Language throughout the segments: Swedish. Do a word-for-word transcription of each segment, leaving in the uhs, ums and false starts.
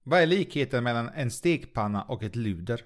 Vad är likheten mellan en stekpanna och ett luder?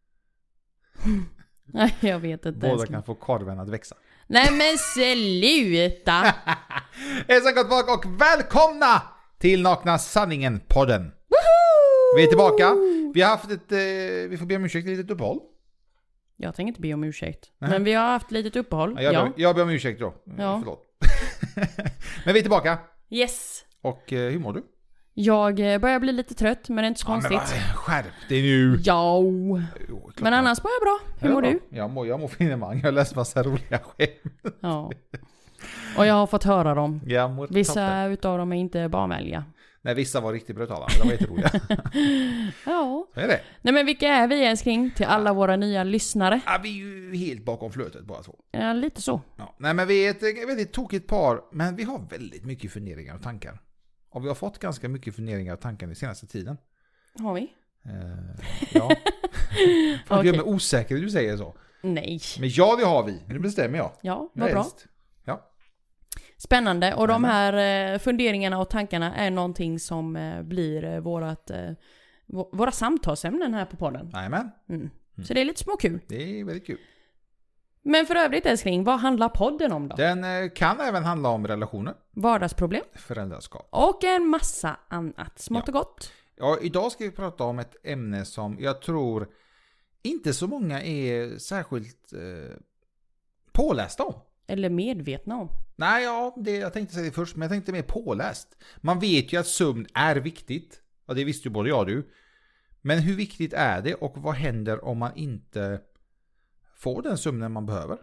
Nej, jag vet inte. Båda kan få korven att växa. Nej men sluta! Hej så gott folk och välkomna till Nakna Sanningen-podden. Woho! Vi är tillbaka. Vi har haft ett, eh, vi får be om ursäkt, ett litet uppehåll. Jag tänker inte be om ursäkt. Nej. Men vi har haft litet uppehåll. Ja, jag, ja. ber, jag ber om ursäkt då. Ja. Förlåt. Men vi är tillbaka. Yes. Och eh, hur mår du? Jag eh, börjar bli lite trött, men det är inte så Ja, men konstigt. vad- skärp dig nu. Ja. Jo, Men annars mår jag bra. Hur mår du? Jag mår, jag mår finemang. Jag har läst massa roliga skämt. Ja. Och jag har fått höra dem. Jag mår Vissa toppen. utav dem är inte barnvänliga. Nej, vissa var riktigt brutala. De var jätteroliga. Ja. Så är det. Nej men vilka är vi älskling till alla våra nya lyssnare? Ja, vi är ju helt bakom flötet bara två. Ja, lite så. Ja. Nej, men vi är ett väldigt tokigt par. Men vi har väldigt mycket funderingar och tankar. Och vi har fått ganska mycket funderingar och tankar den senaste tiden. Har vi? Eh, ja. Fan, Okej. du gör mig osäker när du säger så. Nej. Men ja, det har vi. Nu bestämmer jag. Ja, Jag vad är bra. äldst. Ja. Spännande. Och de Jajamän. här eh, funderingarna och tankarna är någonting som eh, blir eh, vårat, eh, v- våra samtalsämnen här på podden. Jajamän. Mm. Så det är lite småkul. Det är väldigt kul. Men för övrigt älskling, vad handlar podden om då? Den eh, kan även handla om relationer, Vardagsproblem. föräldraskap. Och en massa annat. Smått Ja. och gott. Ja, idag ska vi prata om ett ämne som jag tror inte så många är särskilt eh, pålästa om. Eller medvetna om. Nej, ja, det, jag tänkte säga det först, men jag tänkte mer påläst. Man vet ju att sömn är viktigt. Och det visste ju både jag och du. Men hur viktigt är det och vad händer om man inte får den sömnen man behöver?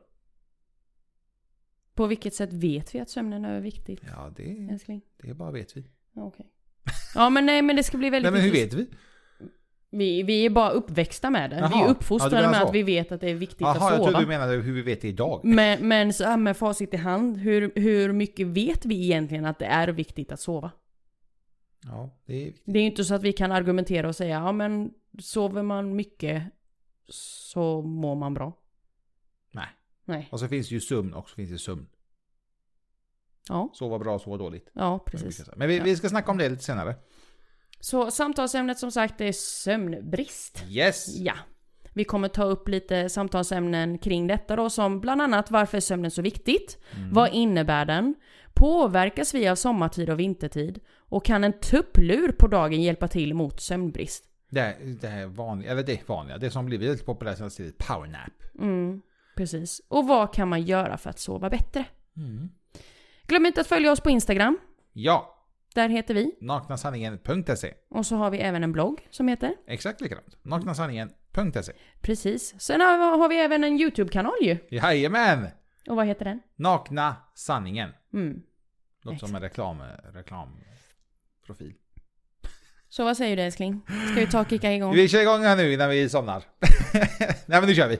På vilket sätt vet vi att sömnen är viktigt? Ja, det, Älskling? det bara vet vi. Ja, okej. Ja, men nej, men det ska bli väldigt Nej, men hur viktigt. vet vi? Vi, vi är bara uppväxta med det. Vi Jaha. är Ja, uppfostrade du menar med så. att vi vet att det är viktigt Jaha, att jag sova. trodde du menade hur vi vet det idag. Men, men så här med facit i hand, hur, hur mycket vet vi egentligen att det är viktigt att sova? Ja, det är viktigt. Det är ju inte så att vi kan argumentera och säga, ja men sover man mycket så mår man bra. Nej. Nej. Och så finns det ju sömn och så finns det sömn. Ja, Sova bra, sova dåligt. ja precis. Men vi, Ja. vi ska snacka om det lite senare. Så samtalsämnet som sagt är sömnbrist. Yes! Ja. Vi kommer ta upp lite samtalsämnen kring detta då, som bland annat varför är sömnen så viktigt? Mm. Vad innebär den? Påverkas vi av sommartid och vintertid? Och kan en tupplur på dagen hjälpa till mot sömnbrist? Det, här- det här är vanliga, eller det är vanliga, det som blivit väldigt populärt senaste tiden, powernap. Mm, precis. Och vad kan man göra för att sova bättre? Mm. Glöm inte att följa oss på Instagram. Ja, Där heter vi. naknasanningen punkt se. Och så har vi även en blogg som heter. Exakt likadant. naknasanningen punkt se. Precis. Sen har, har vi även en YouTube-kanal ju. Jajamän! Och vad heter den? Nakna sanningen. Mm. Låter som en reklam, reklamprofil. Så vad säger du älskling? Ska vi ta och kicka igång? Vi kör igång här nu innan vi somnar. Nej, men nu kör vi.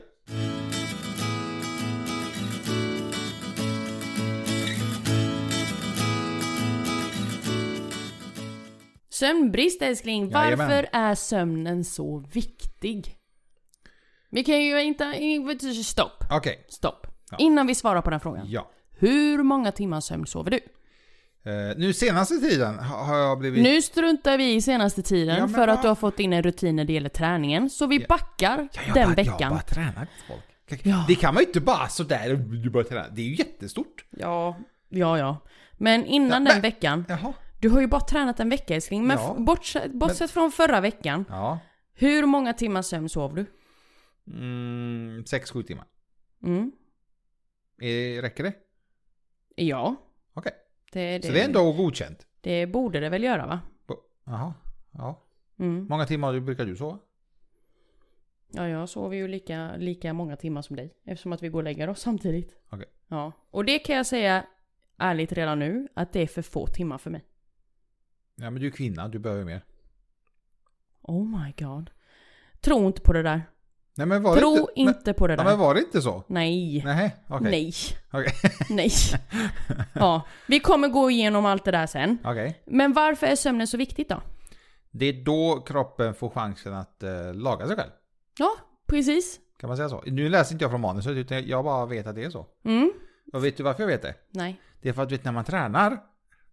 Sömnbrist älskling. Varför Jajamän. är sömnen så viktig? Vi kan ju inte... Stopp. Okej. Stopp. Ja. Innan vi svarar på den frågan. Ja. Hur många timmar sömn sover du? Uh, nu senaste tiden ha- har jag blivit... Nu struntar vi i senaste tiden Ja, men för va? att du har fått in en rutin när det gäller träningen. Så vi Ja. backar Ja, jag den bara, veckan. Jag bara tränar folk. Ja. Det kan man ju inte bara sådär, du bara tränar. Det är ju jättestort. Ja, ja, ja. Men innan Ja, den men- veckan. Jaha. Du har ju bara tränat en vecka älskling. Men Ja. f- bortsett, bortsett från förra veckan. Ja. Hur många timmar sömn sov du? Mm, sex, sju timmar. Mm. Eh, räcker det? Ja. Okej. Det, det, Så det är ändå godkänt. det borde det väl göra va? Bo- Jaha. Ja. Mm. Många timmar brukar du sova? Ja, jag sover ju lika, lika många timmar som dig. Eftersom att vi går och lägger oss samtidigt. Okej. Ja. Och det kan jag säga ärligt redan nu. Att det är för få timmar för mig. Ja, men du är kvinna, du behöver mer. Oh my god. Tro inte på det där. Nej, men var Tro det inte... inte men, på det ja, där. men var det inte så? Nej. Nej, okej. Nej. Okej. Nej. Ja. Vi kommer gå igenom allt det där sen. Okej. Men varför är sömnen så viktigt då? Det är då kroppen får chansen att eh, laga sig själv. Ja, precis. Kan man säga så? Nu läser inte jag från manuset utan jag bara vet att det är så. Mm. Och vet du varför jag vet det? Nej. Det är för att vet, när man tränar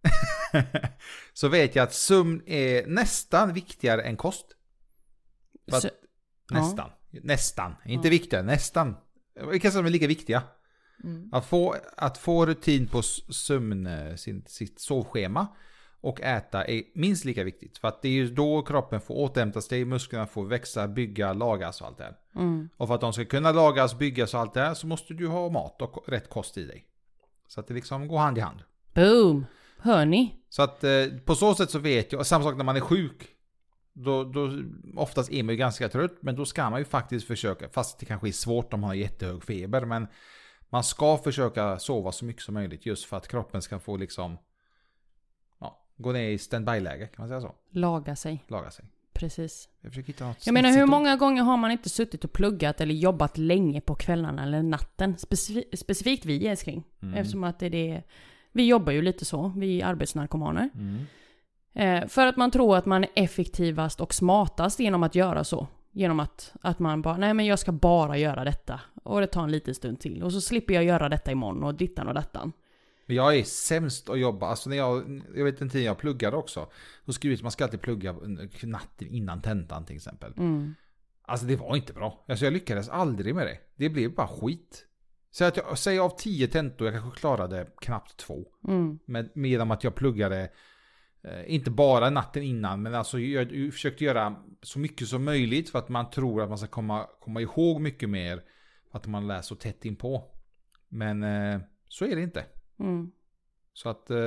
så vet jag att sömn är nästan viktigare än kost. Att, Så, nästan. Ja. Nästan. Inte Ja. viktigare, nästan. Vilka som är lika viktiga. mm. Att få, att få rutin på sömn, sin, sitt sovschema och äta är minst lika viktigt. För att det är ju då kroppen får återhämta sig, musklerna får växa, bygga, lagas och allt det här. Mm. Och för att de ska kunna lagas, byggas och allt det här så måste du ha mat och rätt kost i dig. Så att det liksom går hand i hand. Boom! Hör ni? Så att eh, på så sätt så vet jag, och samma sak när man är sjuk. Då, då oftast är man ju ganska trött, men då ska man ju faktiskt försöka, fast det kanske är svårt om man har jättehög feber, men man ska försöka sova så mycket som möjligt just för att kroppen ska få liksom ja, gå ner i standby-läge, kan man säga så? Laga sig. Laga sig. Precis. Jag försöker hitta något Jag menar, hur snitsigt många gånger har man inte suttit och pluggat eller jobbat länge på kvällarna eller natten? Specif- specifikt vi, älskling. Mm. Eftersom att det är det... Vi jobbar ju lite så, vi är arbetsnarkomaner. Mm. Eh, för att man tror att man är effektivast och smartast genom att göra så. Genom att, att man bara, nej men jag ska bara göra detta. Och det tar en liten stund till. Och så slipper jag göra detta imorgon och dittan och dattan. Men jag är sämst att jobba. Alltså när jag, jag vet en tid jag pluggade också. Då skrev att man ska alltid plugga natten innan tentan till exempel. Mm. Alltså det var inte bra. Alltså jag lyckades aldrig med det. Det blev bara skit. Så att jag säger av tio tentor, jag kanske klarade knappt två. Mm. Med, medan att jag pluggade eh, inte bara natten innan, men alltså jag, jag försökte göra så mycket som möjligt för att man tror att man ska komma, komma ihåg mycket mer för att man läser så tätt in på. Men eh, så är det inte. Mm. Så att eh,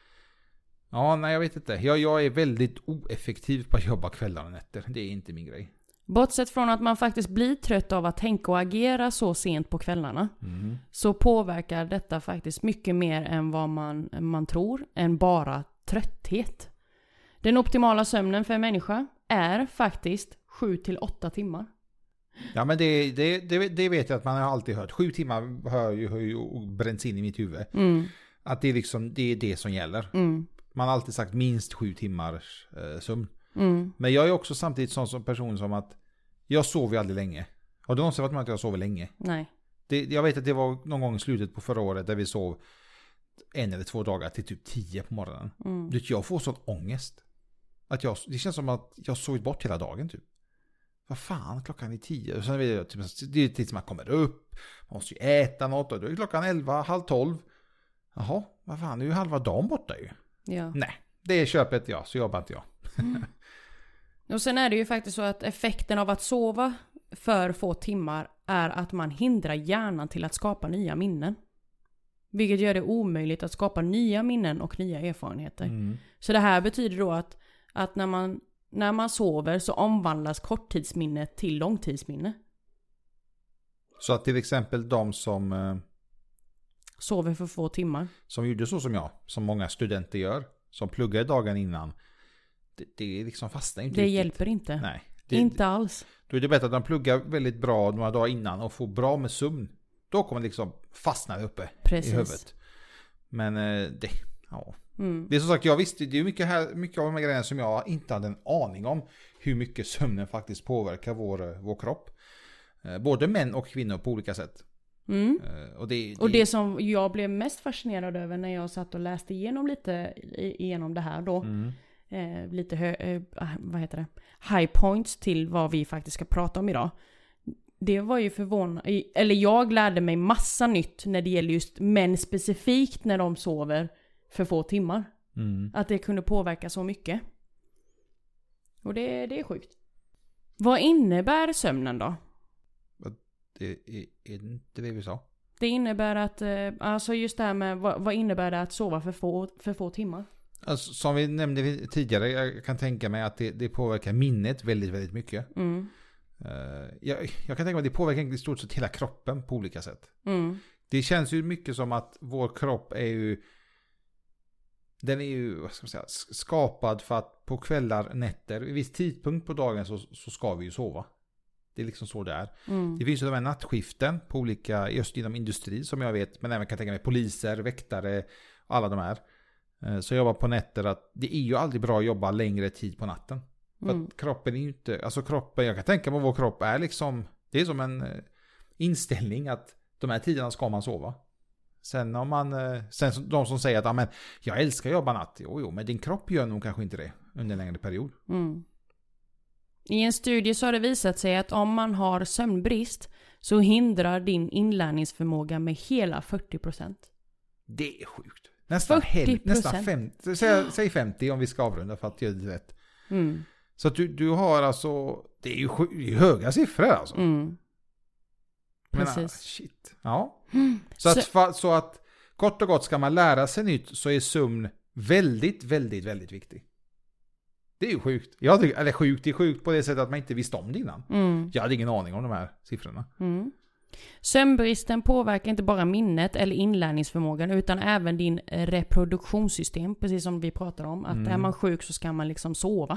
ja, nej jag vet inte. Jag, jag är väldigt oeffektiv på att jobba kvällar och nätter. Det är inte min grej. Bortsett från att man faktiskt blir trött av att tänka och agera så sent på kvällarna. Mm. Så påverkar detta faktiskt mycket mer än vad man, man tror. Än bara trötthet. Den optimala sömnen för en människa är faktiskt sju till åtta timmar. Ja men det, det, det, det vet jag att man har alltid hört. Sju timmar har ju, har ju bränts in i mitt huvud. Mm. Att det är liksom det är det som gäller. Mm. Man har alltid sagt minst sju timmars eh, sömn. Mm. Men jag är också samtidigt sån som person som att jag sover aldrig länge. Har du någonsin varit med att jag sover länge? Nej. Det, jag vet att det var någon gång i slutet på förra året där vi sov en eller två dagar till typ tio på morgonen. Mm. Du, jag får sån ångest. Att jag, det känns som att jag sovit bort hela dagen typ. Vad fan, klockan är tio. Och sen vet jag, typ, det är tid som man kommer upp. Man måste ju äta något. Och då är klockan elva, halv tolv. Jaha, vad fan, det är ju halva dagen borta ju. Ja. Nej, det är köpet ja, så jobbar inte jag. Mm. Och sen är det ju faktiskt så att effekten av att sova för få timmar är att man hindrar hjärnan till att skapa nya minnen. Vilket gör det omöjligt att skapa nya minnen och nya erfarenheter. Mm. Så det här betyder då att, att när, man, när man sover så omvandlas korttidsminnet till långtidsminne. Så att till exempel de som, eh, Sover för få timmar. som gjorde så som jag, som många studenter gör, som pluggade dagen innan, det, det liksom fastnar inte Det riktigt. hjälper inte. Nej. Det, Inte alls. Då är det bättre att de pluggar väldigt bra några dagar innan och får bra med sömn. Då kommer det liksom fastna uppe Precis. i huvudet. Men eh, det, ja. Mm. Det är som sagt, jag visste, det är mycket, här, mycket av de här grejerna som jag inte hade en aning om. Hur mycket sömnen faktiskt påverkar vår, vår kropp. Eh, både män och kvinnor på olika sätt. Mm. Eh, och, det, det, Och det som jag blev mest fascinerad över när jag satt och läste igenom lite igenom det här då. Mm. Eh, lite hö, eh, vad heter det? High points till vad vi faktiskt ska prata om idag. Det var ju förvånande. Eller jag lärde mig massa nytt när det gäller just män specifikt när de sover för få timmar. Mm. Att det kunde påverka så mycket. Och det, det är sjukt. Vad innebär sömnen då? Det är, är inte det vi sa. Det innebär att, eh, alltså just det här med vad, vad innebär det att sova för få, för få timmar? Alltså, som vi nämnde tidigare, jag kan tänka mig att det, det påverkar minnet väldigt, väldigt mycket. Mm. Uh, jag, jag kan tänka mig att det påverkar i stort sett hela kroppen på olika sätt. Mm. Det känns ju mycket som att vår kropp är ju, den är ju, vad ska man säga, skapad för att på kvällar, nätter, vid viss tidpunkt på dagen så, så ska vi ju sova. Det är liksom så det är. Mm. Det finns ju de här nattskiften på olika, just inom industri som jag vet, men även kan tänka mig poliser, väktare, alla de här. Så jag jobbar på nätter, att det är ju aldrig bra att jobba längre tid på natten. För Mm. att kroppen är ju inte, alltså kroppen, jag kan tänka mig att vår kropp är liksom, det är som en inställning att de här tiderna ska man sova. Sen om man, sen de som säger att ah, men, jag älskar att jobba natt. Jo, jo, men din kropp gör nog kanske inte det under en längre period. Mm. I en studie så har det visat sig att om man har sömnbrist så hindrar din inlärningsförmåga med hela fyrtio procent. Det är sjukt. Nästan, hel, nästan femtio, säg, säg femtio om vi ska avrunda för att göra det rätt. Mm. Så att du, du har alltså, det är ju sj- det är höga siffror alltså. Mm. Precis. Men, shit. Ja. Mm. Så, att, så... så att kort och gott ska man lära sig nytt så är sömn väldigt, väldigt, väldigt viktig. Det är ju sjukt. Jag tycker, eller sjukt, det är sjukt på det sättet att man inte visste om det innan. Mm. Jag hade ingen aning om de här siffrorna. Mm. Sömnbristen påverkar inte bara minnet eller inlärningsförmågan utan även din reproduktionssystem, precis som vi pratar om. Att mm. är man sjuk så ska man liksom sova.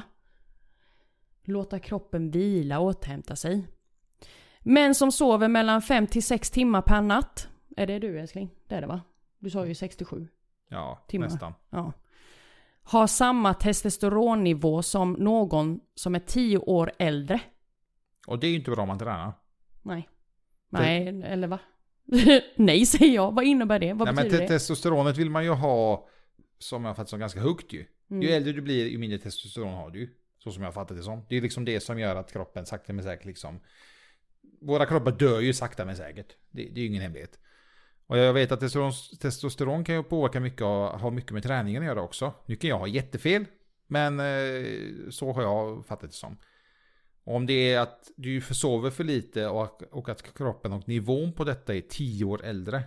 Låta kroppen vila och återhämta sig. Män som sover mellan fem till sex timmar per natt. Är det du, älskling? Det är det, va? Du sa ju sextiosju ja, timmar. Nästan. Ja. Har samma testosteronnivå som någon som är tio år äldre. Och det är ju inte bra om man tränar. Nej. Nej, det... eller va? Nej, säger jag. Vad innebär det? Vad Nej, betyder men det? Testosteronet vill man ju ha som jag fattar som ganska högt ju. Mm. Ju äldre du blir, ju mindre testosteron har du ju. Så som jag fattar det som. Det är liksom det som gör att kroppen sakta men säkert liksom... Våra kroppar dör ju sakta men säkert. Det, det är ju ingen hemlighet. Och jag vet att testosteron, testosteron kan ju påverka mycket och ha mycket med träningen att göra också. Nu kan jag ha jättefel, men eh, så har jag fattat det som. Och om det är att du försover för lite och, och att kroppen och nivån på detta är tio år äldre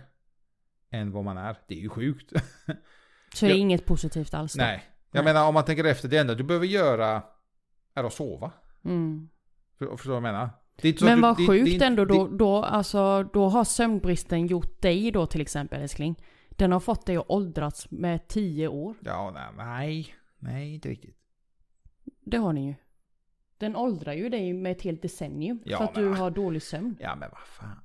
än vad man är, det är ju sjukt. Så det är jag, inget positivt alls då? Nej. Jag Nej. menar om man tänker efter, det enda du behöver göra är att sova. Mm. För, förstår vad jag menar? Men vad sjukt det, ändå då, då, alltså, då har sömnbristen gjort dig då till exempel, älskling. Den har fått dig att åldras med tio år. Ja, nej, nej, nej, inte riktigt. Det har ni ju. Den åldrar ju dig med ett helt decennium ja, för att du har dålig sömn. Ja, men vad fan.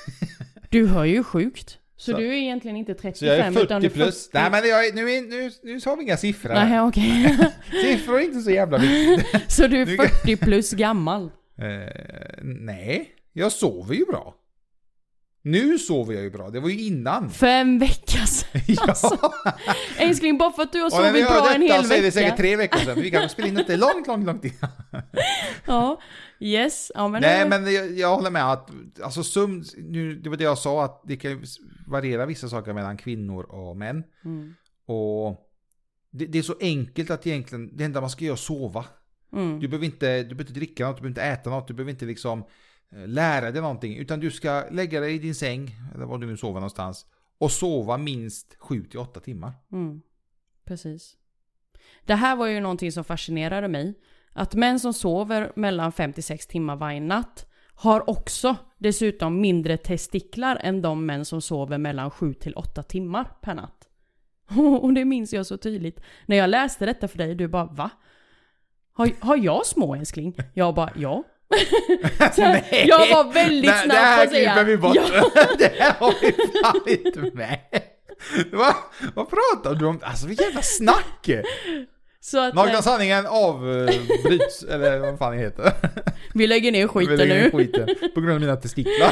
Du hör ju sjukt. Så, så du är egentligen inte trettiofem så jag är fyrtio utan du är fyrtio plus. Nej, men jag, nu, nu, nu har vi inga siffror. Nej, okej. Okay. Siffror är inte så jävla viktigt. Så du är fyrtio plus gammal? Uh, nej, jag sover ju bra. Nu sover jag ju bra, det var ju innan. För en vecka sedan. Ja. Alltså, älskling, bara för att du har sovit bra detta, en hel vecka. Så är det säkert tre veckor sedan. Vi kan spela in det långt, långt, långt innan. Ja, yes. Ja, men nej, det... men jag, jag håller med att alltså, sömn, nu, det var det jag sa, att det kan variera vissa saker mellan kvinnor och män. Mm. Och det, det är så enkelt att egentligen, det enda man ska göra är att sova. Mm. Du behöver inte, du behöver inte dricka något, du behöver inte äta något, du behöver inte liksom lära dig någonting, utan du ska lägga dig i din säng eller var du nu sover någonstans och sova minst sju till åtta timmar. Mm. Precis. Det här var ju någonting som fascinerade mig, att män som sover mellan fem till sex timmar varje natt har också dessutom mindre testiklar än de män som sover mellan sju till åtta timmar per natt. Och det minns jag så tydligt. När jag läste detta för dig, du bara, va? Har, har jag små, älskling? Jag bara, ja. Nej, jag var väldigt nej, snabb på att säga. Det här vi bort. Ja. Det här har vi fan inte med. Va? Vad pratar du om? Alltså, vilken jävla snack. Så att, Nakna sanningen avbryts, eller vad fan det heter. Vi lägger ner skiten vi lägger ner nu. Skiten, på grund av mina testiklar.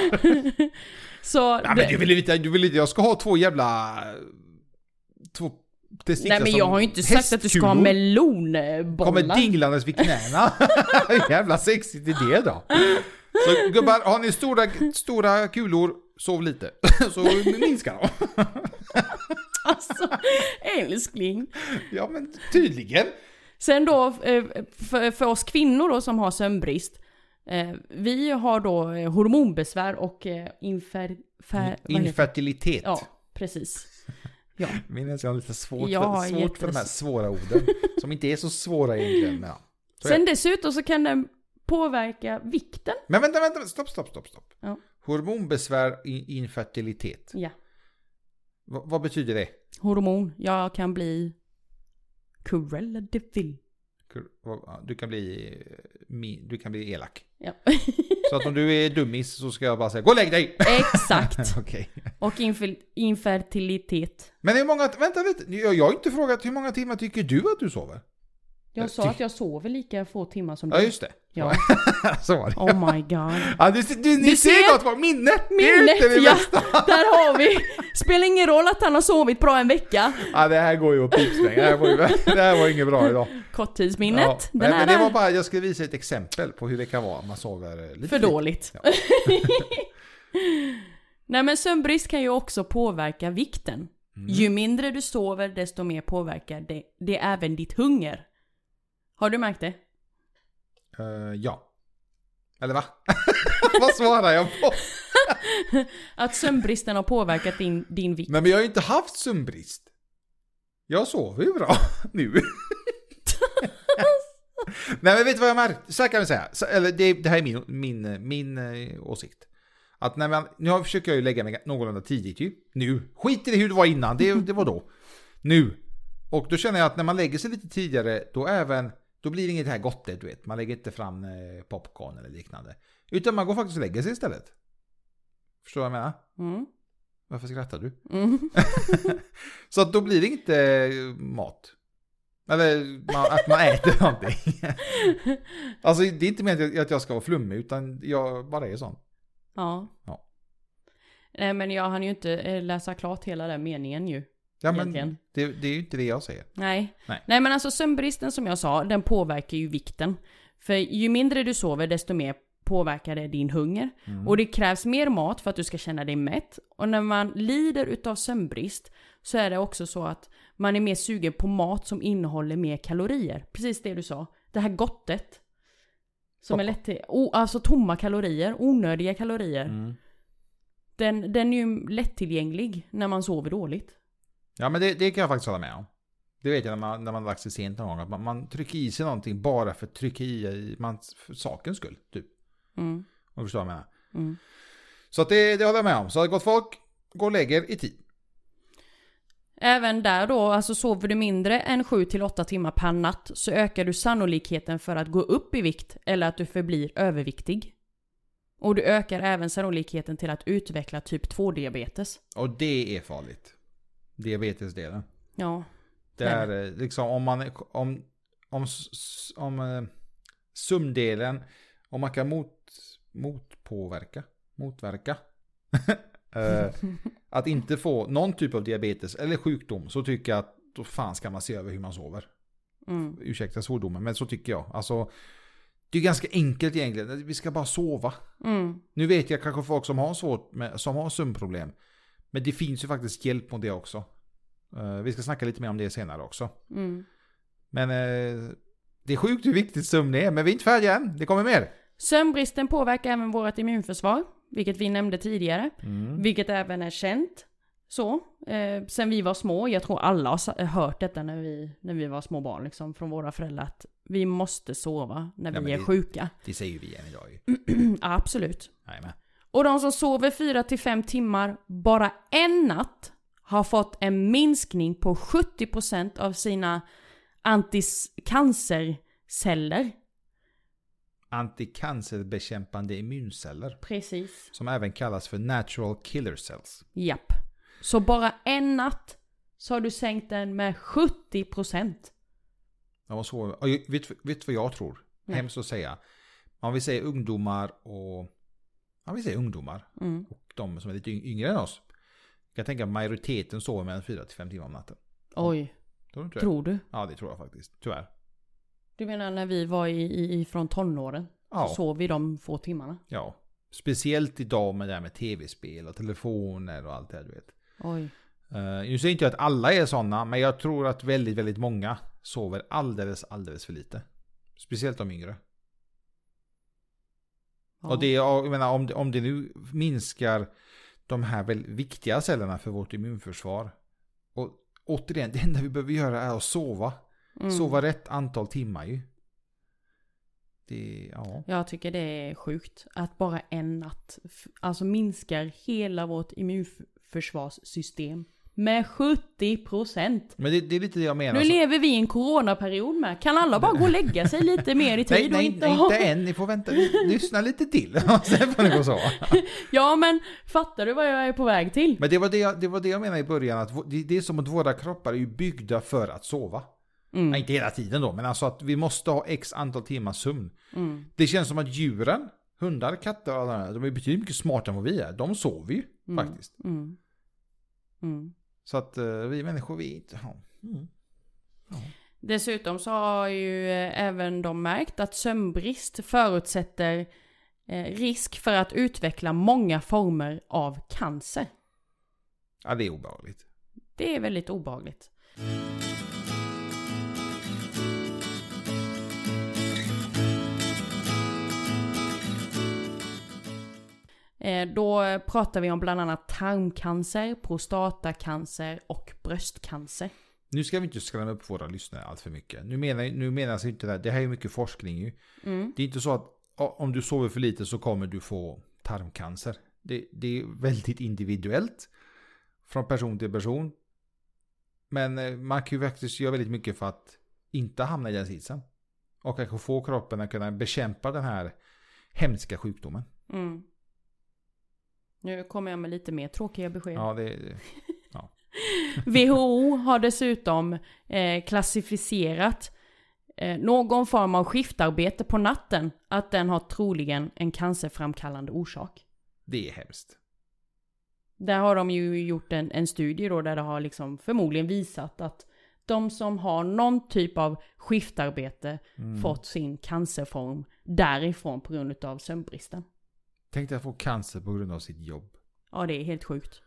Så nej, men du vill inte, du vill inte, jag ska ha två jävla... Två testiklar. Nej, men jag har ju inte sagt att du ska ha melonbollar. Kommer dinglandes vid knäna. Jävla sexigt är det då. Så gubbar, har ni stora, stora kulor, sov lite. Så minskar de. Alltså, älskling. Ja, men tydligen. Sen då, för, för oss kvinnor då som har sömnbrist. Vi har då hormonbesvär och infer, fär, infertilitet. Ja, precis. Ja. Minns jag lite svårt, ja, för, svårt jättes... för de här svåra orden. Som inte är så svåra egentligen. Ja. Så sen jag... dessutom så kan den påverka vikten. Men vänta, vänta, stopp, stopp, stopp, stopp. Ja. Hormonbesvär, infertilitet. Ja. V- vad betyder det? Hormon. Jag kan bli Cruella de Vil. Du kan bli du kan bli elak. Ja. Så att om du är dummis så ska jag bara säga gå och lägg dig. Exakt. Okay. Och infer- infertilitet. Men hur många, vänta lite, jag, jag har inte frågat hur många timmar tycker du att du sover? Jag sa att jag sover lika få timmar som du. Ja, just det. Ja. Så var det. Oh my god. Ja, du, du, ni Du ser ser- gott vad minnet, det är Minnet, inte det ja. bästa. Där har vi. Spelar ingen roll att han har sovit bra en vecka. Ja, det här går ju att pipsvänga. Det här var ju det här var inget bra idag. Korttidsminnet. Ja, Den men, är men det där. var bara, jag skulle visa ett exempel på hur det kan vara om man sover lite För dåligt. Ja. Nej, men sömnbrist kan ju också påverka vikten. Mm. Ju mindre du sover, desto mer påverkar det, det även ditt hunger. Har du märkt det? Uh, ja. Eller va? Vad svarar jag på? Att sömnbristen har påverkat din, din vikt. Nej, men jag har ju inte haft sömnbrist. Jag sover ju bra nu. Nej, men vet du vad jag märkt? Så här kan vi säga. Så, eller det, det här är min, min, min eh, åsikt. Att när man, nu försöker jag ju lägga mig någorlunda tidigt ju. Nu. Skit i det hur det var innan. Det, det var då. Nu. Och då känner jag att när man lägger sig lite tidigare, då även, då blir det inget här gott det, du vet. Man lägger inte fram eh, popcorn eller liknande. Utan man går faktiskt och lägger sig istället. Förstår du vad jag menar? Mm. Varför skrattar du? Mm. Så att då blir det inte eh, mat. Eller man, att man äter någonting. Alltså det är inte meningen att jag ska vara flummig, utan jag bara är sån. Ja. Ja. Nej, men jag hann ju inte eh, läsa klart hela den meningen ju. Ja, men Egentligen. det, det är ju inte det jag säger. Nej. Nej. Nej, men alltså sömnbristen som jag sa, den påverkar ju vikten. För ju mindre du sover, desto mer påverkar det din hunger. Mm. Och det krävs mer mat för att du ska känna dig mätt. Och när man lider utav sömnbrist så är det också så att man är mer sugen på mat som innehåller mer kalorier. Precis det du sa. Det här gottet. Som är lätt till, o, alltså tomma kalorier, onödiga kalorier. Mm. Den, den är ju lättillgänglig när man sover dåligt. Ja, men det, det kan jag faktiskt hålla med om. Det vet jag när man, när man har lagt sig sent någon gång. Att man, man trycker i sig någonting bara för att trycka i man, för sakens skull. Typ. Mm. Om du förstår vad jag menar. Mm. Så att det, det håller jag med om. Så att gott folk, gå och lägger i tid. Även där då, alltså sover du mindre än sju till åtta timmar per natt så ökar du sannolikheten för att gå upp i vikt eller att du förblir överviktig. Och du ökar även sannolikheten till att utveckla typ två-diabetes. Och det är farligt. Diabetesdelen. Ja. Det är eh, liksom om man om om s- om eh, sömndelen, om man kan mot motpåverka, motverka eh, att inte få någon typ av diabetes eller sjukdom, så tycker jag att då fan ska man se över hur man sover. Mm. Ursäkta svordomen, men så tycker jag. Alltså det är ganska enkelt egentligen. Vi ska bara sova. Mm. Nu vet jag kanske folk som har svårt med, som har sömnproblem. Men det finns ju faktiskt hjälp mot det också. Uh, vi ska snacka lite mer om det senare också. Mm. Men uh, det är sjukt hur viktigt sömn är. Men vi är inte färdiga än. Det kommer mer. Sömnbristen påverkar även vårt immunförsvar, vilket vi nämnde tidigare. Mm. Vilket även är känt. Så, eh, sen vi var små, jag tror alla har sa- hört detta när vi, när vi var små barn liksom, från våra föräldrar, att vi måste sova när Ja, vi men är det- sjuka. Det säger vi igen idag ju. Absolut. Nej, men. Och de som sover fyra till fem timmar bara en natt har fått en minskning på sjuttio procent av sina anticancerceller. Anticancerbekämpande immunceller. Precis. Som även kallas för natural killer cells. Japp. Så bara en natt så har du sänkt den med sjuttio procent. Jag var så, och vet, vet du vad jag tror? Nej. Hemskt att säga. Om vi säger ungdomar och... Ja, vi säger ungdomar. Mm. Och de som är lite yngre än oss. Jag kan tänka att majoriteten sover mellan fyra till fem timmar om natten. Oj, Tror du inte det? tror du? Ja, det tror jag faktiskt. Tyvärr. Du menar när vi var i, i, ifrån tonåren? Ja. Så sov vi de få timmarna? Ja. Speciellt idag med det här med tv-spel och telefoner och allt det här, du vet. Oj. Uh, nu säger inte jag att alla är sådana, men jag tror att väldigt, väldigt många sover alldeles, alldeles för lite. Speciellt de yngre. Ja. Och det, jag menar, om, det, om det nu minskar de här väl viktiga cellerna för vårt immunförsvar. Och återigen, det enda vi behöver göra är att sova. Mm. Sova rätt antal timmar ju. Det, ja. Jag tycker det är sjukt att bara en natt f- alltså minskar hela vårt immunförsvarssystem med sjuttio procent. Men det, det är lite det jag menar. Nu Så- lever vi i en coronaperiod med. Kan alla bara gå och lägga sig lite mer i tid? Nej, och nej, inte nej ha... inte än. Ni får vänta. Lyssna lite till. Sen får ni gå så. Ja, men fattar du vad jag är på väg till? Men det var det, jag, det var det jag menade i början. Att vå- det, det är som att våra kroppar är ju byggda för att sova. Mm. Nej, inte hela tiden då, men alltså att vi måste ha x antal timmar sömn. Mm. Det känns som att djuren, hundar, katter och alla de här, de är betydligt mycket smartare än vad vi är. De sover ju mm. faktiskt. Mm. Mm. Så att uh, vi människor, vi inte har... Mm. Ja. Dessutom så har ju även de märkt att sömnbrist förutsätter eh, risk för att utveckla många former av cancer. Ja, det är obehagligt. Det är väldigt obehagligt. Eh, då pratar vi om bland annat tarmcancer, prostatacancer och bröstcancer. Nu ska vi inte skrämma upp våra lyssnare allt för mycket. Nu menar, nu menar jag inte det här. Det här är mycket forskning ju. Mm. Det är inte så att om du sover för lite så kommer du få tarmcancer. Det, det är väldigt individuellt. Från person till person. Men man kan ju faktiskt göra väldigt mycket för att inte hamna i den sitsen. Och kanske få kroppen att kunna bekämpa den här hemska sjukdomen. Mm. Nu kommer jag med lite mer tråkiga besked. Ja, det är... Ja. W H O har dessutom eh, klassificerat eh, någon form av skiftarbete på natten att den har troligen en cancerframkallande orsak. Det är hemskt. Där har de ju gjort en, en studie då där det har liksom förmodligen visat att de som har någon typ av skiftarbete mm. fått sin cancerform därifrån på grund av sömnbristen. Tänk dig att få cancer på grund av sitt jobb. Ja, det är helt sjukt.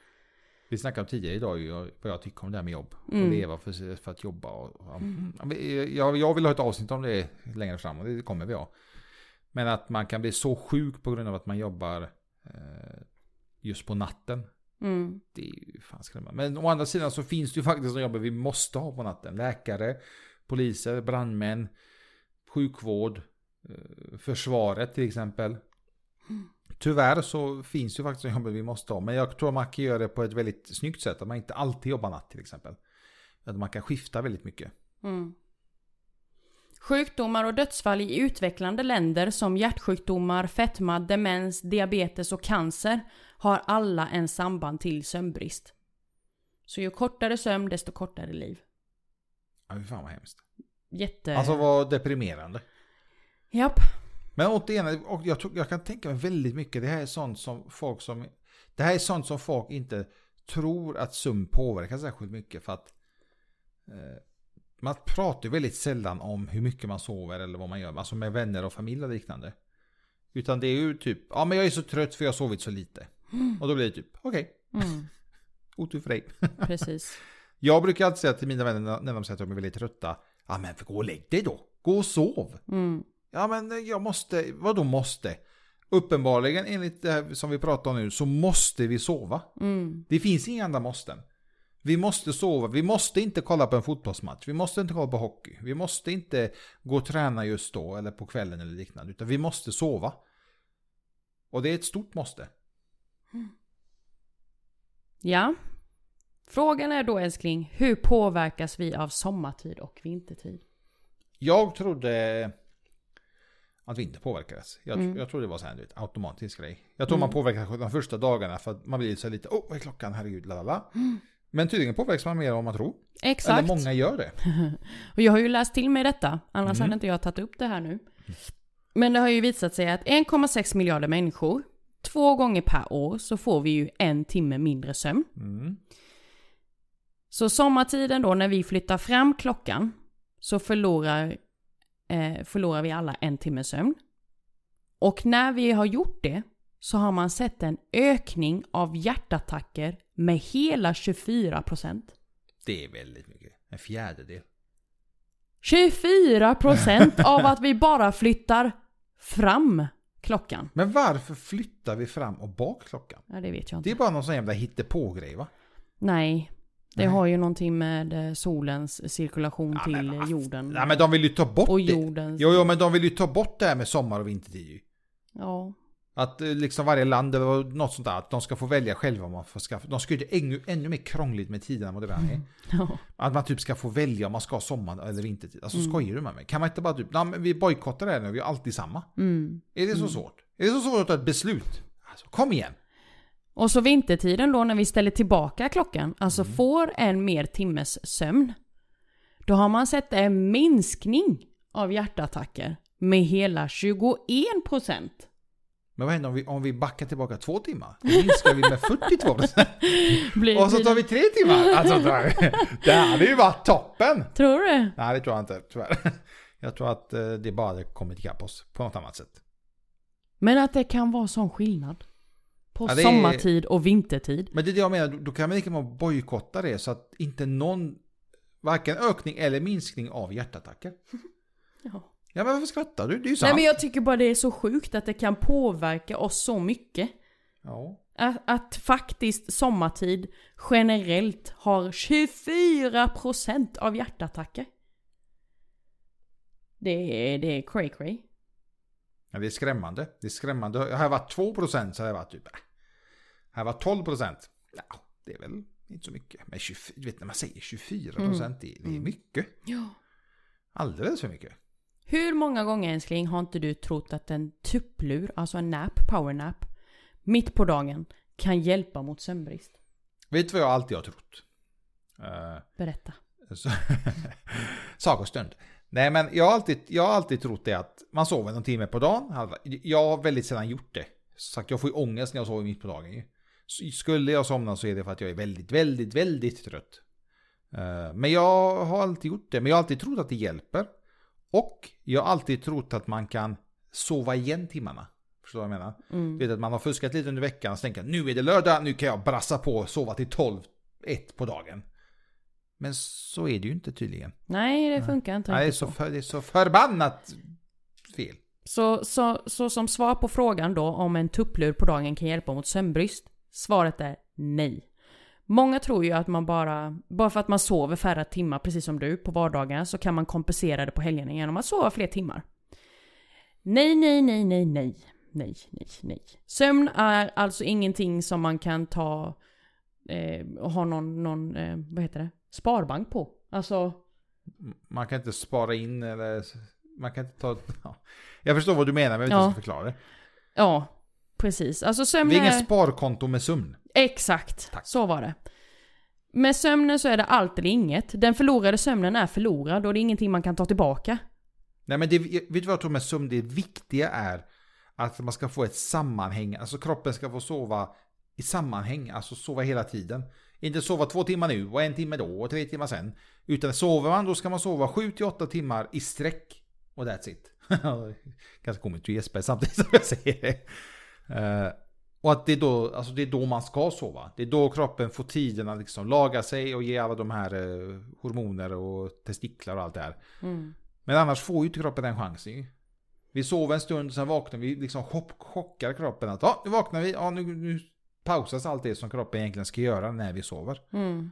Vi snackade om tidigare idag vad jag tycker om det här med jobb. Mm. Och leva för, för att jobba. Och, mm. jag, jag vill ha ett avsnitt om det längre fram och det kommer vi ha. Men att man kan bli så sjuk på grund av att man jobbar eh, just på natten. Mm. Det är ju fan skrämmande. Men å andra sidan så finns det ju faktiskt de jobbar vi måste ha på natten. Läkare, poliser, brandmän, sjukvård, eh, försvaret till exempel. Mm. Tyvärr så finns ju faktiskt jobb vi måste ha. Men jag tror man kan göra det på ett väldigt snyggt sätt. Att man inte alltid jobbar natt till exempel. Att man kan skifta väldigt mycket. Mm. Sjukdomar och dödsfall i utvecklande länder som hjärtsjukdomar, fetma, demens, diabetes och cancer har alla en samband till sömnbrist. Så ju kortare sömn desto kortare liv. Ja, fan vad hemskt. Jätte... Alltså vad deprimerande. Japp. Men åt det ena, och jag, jag kan tänka mig väldigt mycket, det här är sånt som folk som det här är sånt som folk inte tror att sömn påverkar särskilt mycket för att eh, man pratar ju väldigt sällan om hur mycket man sover eller vad man gör, alltså med vänner och familj och liknande. Utan det är ju typ, ja men jag är så trött för jag har sovit så lite. Mm. Och då blir det typ, okej. Okay. Mm. Otur för dig. Precis. Jag brukar alltid säga till mina vänner när de säger att de är väldigt trötta, ja men gå och lägg dig då, gå och sov. Mm. Ja men jag måste, vad då måste? Uppenbarligen enligt det här som vi pratar om nu så måste vi sova. Mm. Det finns inga andra måsten. Vi måste sova, vi måste inte kolla på en fotbollsmatch, vi måste inte kolla på hockey, vi måste inte gå och träna just då eller på kvällen eller liknande, utan vi måste sova. Och det är ett stort måste. Mm. Ja. Frågan är då älskling, hur påverkas vi av sommartid och vintertid? Jag trodde att vi inte påverkades. Jag, mm. jag tror det var så här en automatisk grej. Jag tror mm. man påverkas de första dagarna för att man blir så lite, åh vad är klockan, herregud, lalala. Mm. Men tydligen påverkas man mer om man tror. Exakt. Eller många gör det. Och jag har ju läst till mig detta, annars mm. hade inte jag tagit upp det här nu. Men det har ju visat sig att en komma sex miljarder människor, två gånger per år så får vi ju en timme mindre sömn. Mm. Så sommartiden då när vi flyttar fram klockan så förlorar Eh, förlorar vi alla en timme sömn. Och när vi har gjort det så har man sett en ökning av hjärtattacker med hela tjugofyra procent. Det är väldigt mycket. En fjärdedel. tjugofyra procent av att vi bara flyttar fram klockan. Men varför flyttar vi fram och bak klockan? Ja, det vet jag inte. Det är bara någon sån jävla hittepågrej, va? Nej. Det har ju någonting med solens cirkulation ja, till men, jorden. Nej, men de vill ju ta bort och det. Jordens... Jo, jo, men de vill ju ta bort det här med sommar och vintertid. Ja. Att liksom varje land eller något sånt där, att de ska få välja själva om man får skaffa. De ska ju det ännu, ännu mer krångligt med tiden än vad det är. Mm. Ja. Att man typ ska få välja om man ska ha sommar eller vintertid. Alltså mm. skojar du med mig? Kan man inte bara typ, nej men vi bojkottar det här nu, vi är alltid samma. Mm. Är det så mm. svårt? Är det så svårt att ta ett beslut? Alltså, kom igen. Och så vintertiden då när vi ställer tillbaka klockan, alltså mm. får en mer timmes sömn, då har man sett en minskning av hjärtattacker med hela tjugoen procent. Men vad händer om vi, om vi backar tillbaka två timmar? Då minskar vi med fyrtiotvå procent. Blir, Och så tar vi tre timmar. Alltså, det hade ju varit toppen. Tror du? Nej, det tror jag inte, tyvärr. Jag tror att eh, det bara kommer ikapp oss på något annat sätt. Men att det kan vara sån skillnad på Ja, det är- sommartid och vintertid. Men det är det jag menar, då kan man lika gärna bojkotta det så att inte någon, varken ökning eller minskning av hjärtattacker. Ja. Ja, men varför skrattar du? Det är ju sant. Nej, men jag tycker bara det är så sjukt att det kan påverka oss så mycket. Ja. Att, att faktiskt sommartid generellt har tjugofyra procent av hjärtattacker. Det är, det är cray cray. Ja, det är skrämmande. Det är skrämmande. Har jag varit två procent så har jag varit typ... Äh. Har jag varit tolv procent? Ja, det är väl inte så mycket. Men tjugofyra, du vet när man säger tjugofyra procent, mm. det, det är mycket. Ja. Alldeles för mycket. Hur många gånger, älskling, har inte du trott att en tupplur, alltså en nap, powernap, mitt på dagen kan hjälpa mot sömnbrist? Vet du vad jag alltid har trott? Uh, Berätta. så, sagostund. Nej, men jag har, alltid, jag har alltid trott det att man sover någon timme på dagen. Jag har väldigt sällan gjort det. Så sagt, jag får ju ångest när jag sover mitt på dagen. Så skulle jag somna så är det för att jag är väldigt, väldigt, väldigt trött. Uh, men jag har alltid gjort det. Men jag har alltid trott att det hjälper. Och jag har alltid trott att man kan sova igen timmarna. Förstår du vad jag menar? Mm. Du vet att man har fuskat lite under veckan och så tänker nu är det lördag, nu kan jag brassa på och sova till tolv, ett på dagen. Men så är det ju inte tydligen. Nej, det funkar inte. Nej, det är så, för, det är så förbannat fel. Så, så, så som svar på frågan då om en tupplur på dagen kan hjälpa mot sömnbrist, svaret är nej. Många tror ju att man bara, bara för att man sover färre timmar precis som du på vardagar så kan man kompensera det på helgerna genom att sova fler timmar. Nej, nej, nej, nej, nej. Nej, nej, nej. Sömn är alltså ingenting som man kan ta eh, och ha någon, någon eh, vad heter det? Sparbank på. Alltså... Man kan inte spara in eller... Man kan inte ta... Ja. Jag förstår vad du menar, men jag vet inte ja. hur jag ska förklara det. Ja, precis. Alltså sömn det är är... ingen sparkonto med sömn. Exakt, Tack. Så var det. Med sömnen så är det allt eller inget. Den förlorade sömnen är förlorad och det är ingenting man kan ta tillbaka. Nej, men det, vet du vad jag tror med sömn? Det viktiga är att man ska få ett sammanhäng. Alltså kroppen ska få sova i sammanhäng. Alltså sova hela tiden. Inte sova två timmar nu och en timme då och tre timmar sen. Utan sover man då ska man sova sju till åtta timmar i sträck. Och that's it. Ganska komiskt till Jesper samtidigt som jag säger det. Uh, och att det är, då, alltså det är då man ska sova. Det är då kroppen får tiden att liksom laga sig och ge alla de här uh, hormoner och testiklar och allt det här. Mm. Men annars får ju inte kroppen den chansen. Vi sover en stund och sen vaknar vi. Liksom chock, chockar kroppen att ja, nu vaknar vi. Ja, nu, nu pausas allt det som kroppen egentligen ska göra när vi sover. Mm.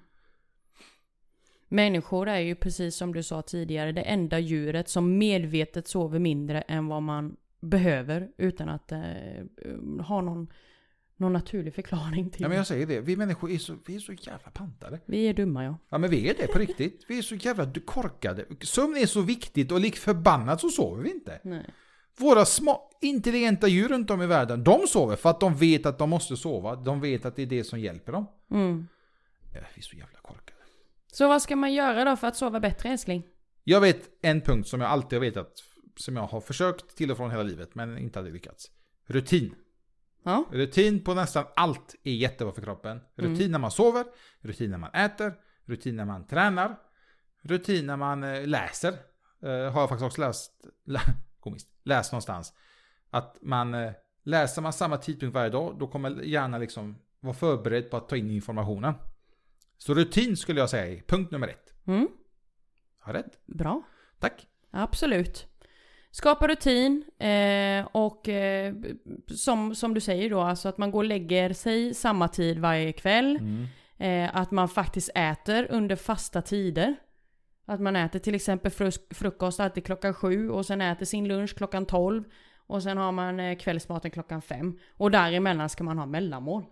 Människor är ju precis som du sa tidigare det enda djuret som medvetet sover mindre än vad man behöver utan att eh, ha någon, någon naturlig förklaring till. Ja, men jag säger det. Vi människor är så, vi är så jävla pantade. Vi är dumma, ja. Ja, men vi är det på riktigt. Vi är så jävla korkade. Sömn är så viktigt och lik förbannat så sover vi inte. Nej. Våra små intelligenta djur runt om i världen, de sover för att de vet att de måste sova. De vet att det är det som hjälper dem. Mm. Ja, vi är så jävla korkade. Så vad ska man göra då för att sova bättre, älskling? Jag vet en punkt som jag alltid har vetat, som jag har försökt till och från hela livet, men inte hade lyckats. Rutin. Ja. Rutin på nästan allt är jättebra för kroppen. Rutin mm. när man sover, rutin när man äter, rutin när man tränar, rutin när man äh, läser. Äh, har jag faktiskt också läst, lä, komiskt, läst någonstans. Att man äh, läser man samma tidpunkt varje dag, då kommer gärna liksom vara förberedd på att ta in informationen. Så rutin skulle jag säga är punkt nummer ett. Mm. Har rätt? Bra. Tack. Absolut. Skapa rutin eh, och eh, som, som du säger då, alltså att man går och lägger sig samma tid varje kväll. Mm. Eh, att man faktiskt äter under fasta tider. Att man äter till exempel frus- frukost alltid klockan sju och sen äter sin lunch klockan tolv. Och sen har man eh, kvällsmaten klockan fem. Och däremellan ska man ha mellanmål.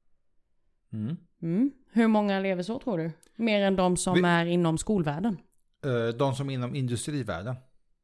Mm. Mm. Hur många lever så tror du? Mer än de som Vi... är inom skolvärlden? Uh, de som är inom industrivärlden.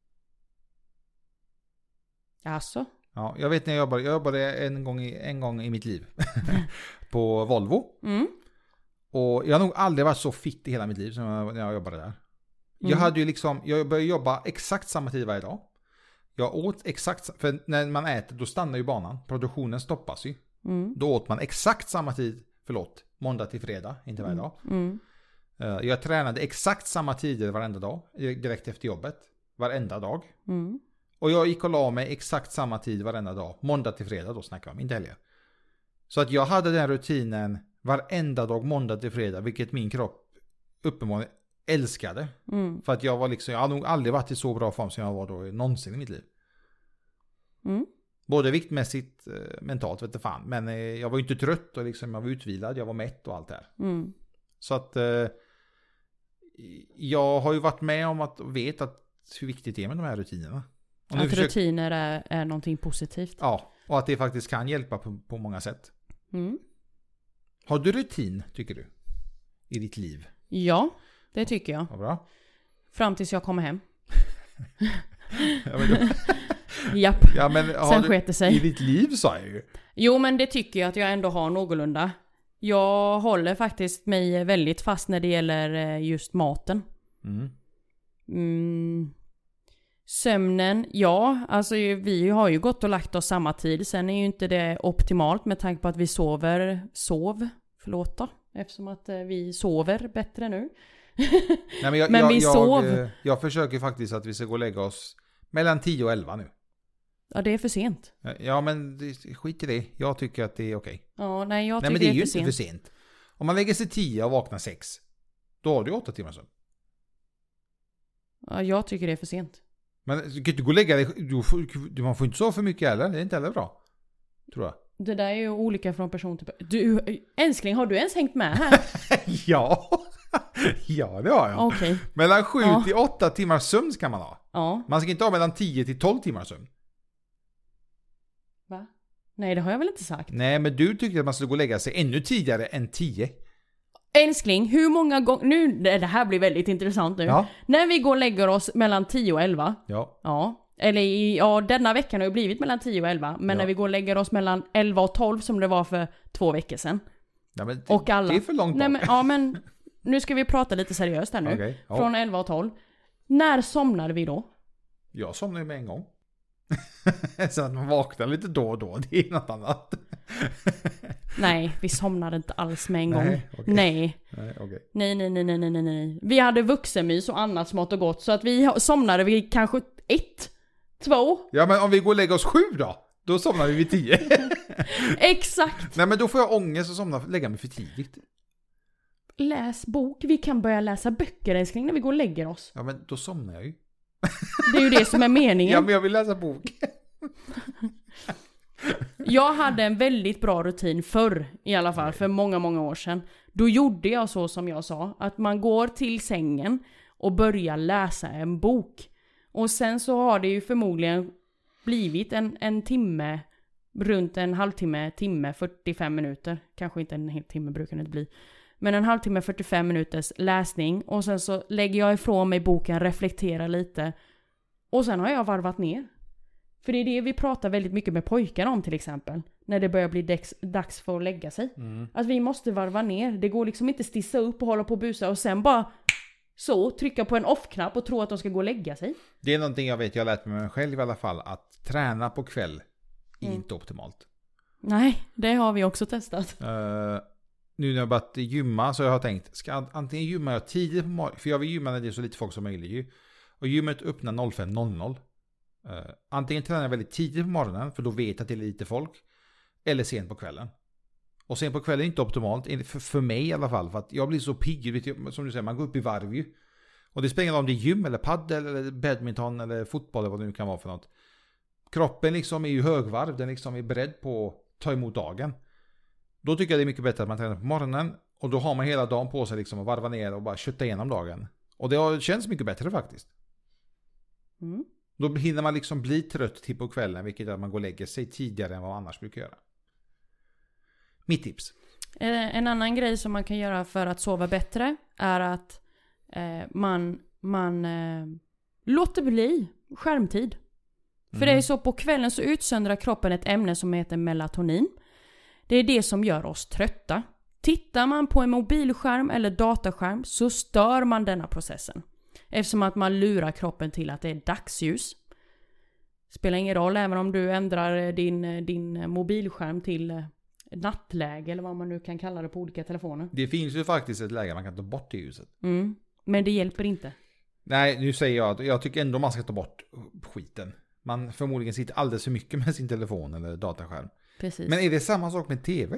Alltså? Ja, jag vet när jag jobbade, jag jobbade en gång i, en gång i mitt liv på Volvo. Mm. Och jag har nog aldrig varit så fitt i hela mitt liv som jag, när jag jobbade där. Jag hade ju liksom, jag började jobba exakt samma tid varje dag. Jag åt exakt, för när man äter då stannar ju banan. Produktionen stoppas ju. Mm. Då åt man exakt samma tid, förlåt, måndag till fredag, inte varje dag. Mm. Jag tränade exakt samma tider varenda dag, direkt efter jobbet. Varenda dag. Mm. Och jag gick och la mig exakt samma tid varenda dag. Måndag till fredag, då snackar vi om, inte helger. Så att jag hade den rutinen varenda dag, måndag till fredag, vilket min kropp uppenbarligen älskade. Mm. För att jag var liksom, jag har nog aldrig varit i så bra form som jag var då någonsin i mitt liv. Mm. Både viktmässigt, mentalt, vet du fan. Men jag var ju inte trött och liksom, jag var utvilad, jag var mätt och allt det här. Mm. Så att eh, jag har ju varit med om att vet att hur viktigt det är med de här rutinerna. Och att försöker, rutiner är, är någonting positivt. Ja, och att det faktiskt kan hjälpa på, på många sätt. Mm. Har du rutin, tycker du? I ditt liv? Ja, det tycker jag. Vad bra. Fram tills jag kommer hem. Ja, men då, Japp. ja, men har Sen du, sket det sig. i ditt liv sa jag ju. Jo, men det tycker jag att jag ändå har någorlunda. Jag håller faktiskt mig väldigt fast när det gäller just maten. Mm. Mm. Sömnen, ja, alltså vi har ju gått och lagt oss samma tid. Sen är ju inte det optimalt med tanke på att vi sover, sov, förlåt då, eftersom att vi sover bättre nu. Nej, men jag, men jag, vi jag, sov. Jag, jag försöker faktiskt att vi ska gå och lägga oss mellan tio och elva nu. Ja, det är för sent. Ja, men det, skit i det. Jag tycker att det är okej. Ja, nej, jag Nej, tycker men det är det är ju för inte sent. för sent. Om man lägger sig tio och vaknar sex, då har du åtta timmar sömn. Ja, jag tycker det är för sent. Men du kan inte gå och lägga dig, du får, du, man får inte sova för mycket heller, det är inte heller bra. Tror jag. Det där är ju olika från person till person. Du, älskling, har du ens hängt med här? Ja. Ja, det har jag. Okej. Mellan sju Ja. till åtta timmar sömn ska man ha. Ja. Man ska inte ha mellan tio till tolv timmar sömn. Va? Nej, det har jag väl inte sagt. Nej, men du tyckte att man skulle gå och lägga sig ännu tidigare än tio. Älskling, hur många gånger... Nu, det här blir väldigt intressant nu. Ja. När vi går och lägger oss mellan tio och elva. Ja. Ja. Eller i, ja, denna veckan har ju blivit mellan tio och elva. Men Ja. när vi går och lägger oss mellan elva och tolv som det var för två veckor sedan. Ja, men det, Och alla. det är för långt Nej, bak. men, ja, men nu ska vi prata lite seriöst här nu. Okej, ja. Från elva och tolv. När somnade vi då? Jag somnar ju med en gång. Så att man vaknar lite då och då, det är något annat. Nej, vi somnade inte alls med en Nej, gång. okej. Nej. Nej, okej. Nej, nej, nej, nej, nej, nej, nej. Vi hade vuxenmys och annat smått och gott. Så att vi somnade vid kanske ett, två. Ja, men om vi går och lägger oss sju då? Då somnar vi vid tio. Exakt. Nej, men då får jag ångest och somna, lägga mig för tidigt. Läs bok. Vi kan börja läsa böcker, älskling, när vi går och lägger oss. Ja, men då somnar jag ju. Det är ju det som är meningen. Ja, men jag vill läsa bok. Jag hade en väldigt bra rutin förr, i alla fall, för många, många år sedan. Då gjorde jag så som jag sa, att man går till sängen och börjar läsa en bok. Och sen så har det ju förmodligen blivit en, en timme, runt en halvtimme, timme, fyrtiofem minuter. Kanske inte en hel timme brukar det inte bli. Men en halvtimme, fyrtiofem minuters läsning. Och sen så lägger jag ifrån mig boken, reflekterar lite. Och sen har jag varvat ner. För det är det vi pratar väldigt mycket med pojkarna om till exempel. När det börjar bli dags, dags för att lägga sig. Mm. Att vi måste varva ner. Det går liksom inte stissa upp och hålla på och busa. Och sen bara så trycka på en off-knapp och tro att de ska gå och lägga sig. Det är någonting jag vet, jag har lärt mig själv i alla fall. Att träna på kväll är Mm. inte optimalt. Nej, det har vi också testat. Uh, nu när jag börjat gymma så jag har jag tänkt, ska jag antingen gymma jag tidigt på morgonen, för jag vill gymma när det är så lite folk som möjligt ju. Och gymmet öppnar fem noll noll. Uh, antingen tränar jag väldigt tidigt på morgonen, för då vet jag att det är lite folk. Eller sent på kvällen. Och sen på kvällen är inte optimalt, för, för mig i alla fall. För att jag blir så pigg, vet du, som du säger, man går upp i varv ju. Och det spelar ingen roll om det är gym eller paddel eller badminton eller fotboll eller vad det nu kan vara för något. Kroppen liksom är ju högvarv, den liksom är beredd på att ta emot dagen. Då tycker jag det är mycket bättre att man tränar på morgonen. Och då har man hela dagen på sig liksom att varva ner och bara kötta igenom dagen. Och det har, känns mycket bättre faktiskt. Mm. Då hinner man liksom bli trött till på kvällen, vilket är att man går och lägger sig tidigare än vad man annars brukar göra. Mitt tips. En annan grej som man kan göra för att sova bättre är att eh, man, man eh, låter bli skärmtid. För Mm. det är så på kvällen så utsöndrar kroppen ett ämne som heter melatonin. Det är det som gör oss trötta. Tittar man på en mobilskärm eller dataskärm så stör man denna processen. Eftersom att man lurar kroppen till att det är dagsljus. Spelar ingen roll även om du ändrar din, din mobilskärm till nattläge eller vad man nu kan kalla det på olika telefoner. Det finns ju faktiskt ett läge man kan ta bort det ljuset. Mm. Men det hjälper inte. Nej, nu säger jag att jag tycker ändå man ska ta bort skiten. Man förmodligen sitter alldeles för mycket med sin telefon eller dataskärm. Precis. Men är det samma sak med tv?